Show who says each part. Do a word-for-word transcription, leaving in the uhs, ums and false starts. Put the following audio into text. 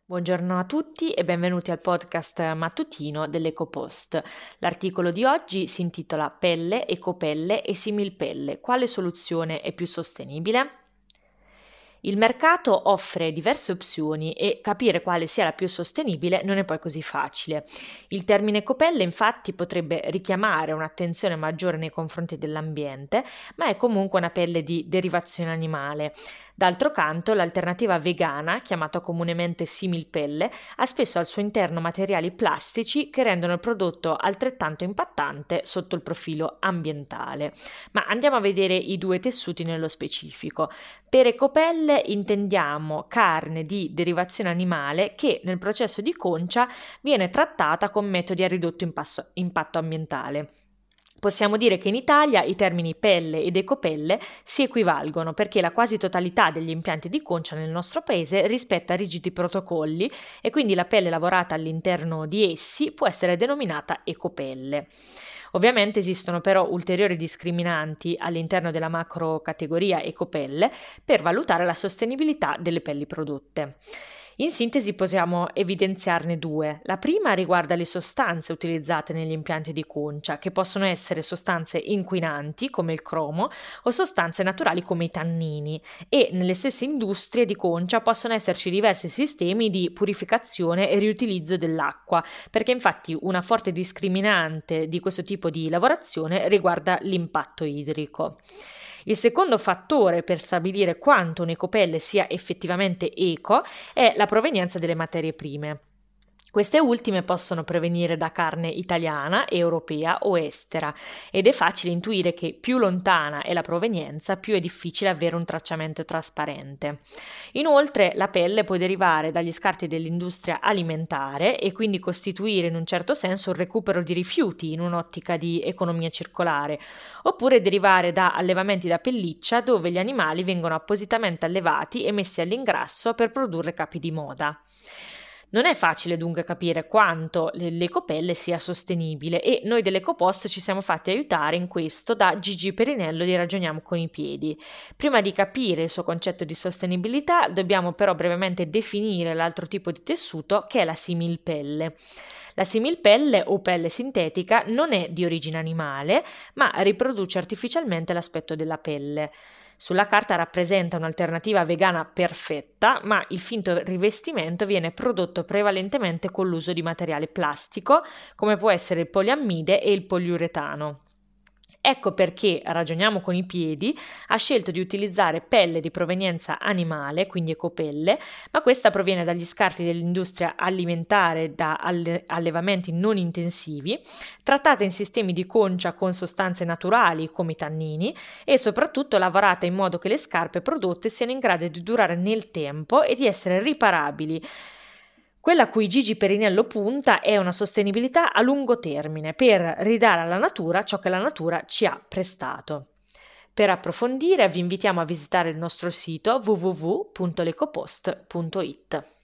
Speaker 1: Buongiorno a tutti e benvenuti al podcast mattutino dell'Ecopost. L'articolo di oggi si intitola Pelle, ecopelle e similpelle. Quale soluzione è più sostenibile? Il mercato offre diverse opzioni e capire quale sia la più sostenibile non è poi così facile. Il termine ecopelle infatti potrebbe richiamare un'attenzione maggiore nei confronti dell'ambiente, ma è comunque una pelle di derivazione animale. D'altro canto, l'alternativa vegana, chiamata comunemente similpelle, ha spesso al suo interno materiali plastici che rendono il prodotto altrettanto impattante sotto il profilo ambientale. Ma andiamo a vedere i due tessuti nello specifico. Per ecopelle intendiamo carne di derivazione animale che nel processo di concia viene trattata con metodi a ridotto impasso- impatto ambientale. Possiamo dire che in Italia i termini pelle ed ecopelle si equivalgono perché la quasi totalità degli impianti di concia nel nostro paese rispetta rigidi protocolli e quindi la pelle lavorata all'interno di essi può essere denominata ecopelle. Ovviamente esistono però ulteriori discriminanti all'interno della macro categoria ecopelle per valutare la sostenibilità delle pelli prodotte. In sintesi possiamo evidenziarne due. La prima riguarda le sostanze utilizzate negli impianti di concia, che possono essere sostanze inquinanti come il cromo o sostanze naturali come i tannini, e nelle stesse industrie di concia possono esserci diversi sistemi di purificazione e riutilizzo dell'acqua, perché infatti una forte discriminante di questo tipo di lavorazione riguarda l'impatto idrico. Il secondo fattore per stabilire quanto un'ecopelle sia effettivamente eco è la provenienza delle materie prime. Queste ultime possono provenire da carne italiana, europea o estera ed è facile intuire che più lontana è la provenienza, più è difficile avere un tracciamento trasparente. Inoltre, la pelle può derivare dagli scarti dell'industria alimentare e quindi costituire in un certo senso un recupero di rifiuti in un'ottica di economia circolare, oppure derivare da allevamenti da pelliccia dove gli animali vengono appositamente allevati e messi all'ingrasso per produrre capi di moda. Non è facile dunque capire quanto l'ecopelle sia sostenibile e noi dell'Ecopost ci siamo fatti aiutare in questo da Gigi Perinello di Ragioniamo con i piedi. Prima di capire il suo concetto di sostenibilità dobbiamo però brevemente definire l'altro tipo di tessuto che è la similpelle. La similpelle o pelle sintetica non è di origine animale, ma riproduce artificialmente l'aspetto della pelle. Sulla carta rappresenta un'alternativa vegana perfetta, ma il finto rivestimento viene prodotto prevalentemente con l'uso di materiale plastico, come può essere il poliammide e il poliuretano. Ecco perché Ragioniamo con i piedi ha scelto di utilizzare pelle di provenienza animale, quindi ecopelle, ma questa proviene dagli scarti dell'industria alimentare da alle- allevamenti non intensivi, trattata in sistemi di concia con sostanze naturali come i tannini e soprattutto lavorata in modo che le scarpe prodotte siano in grado di durare nel tempo e di essere riparabili. Quella a cui Gigi Perinello punta è una sostenibilità a lungo termine per ridare alla natura ciò che la natura ci ha prestato. Per approfondire vi invitiamo a visitare il nostro sito w w w punto lecopost punto it.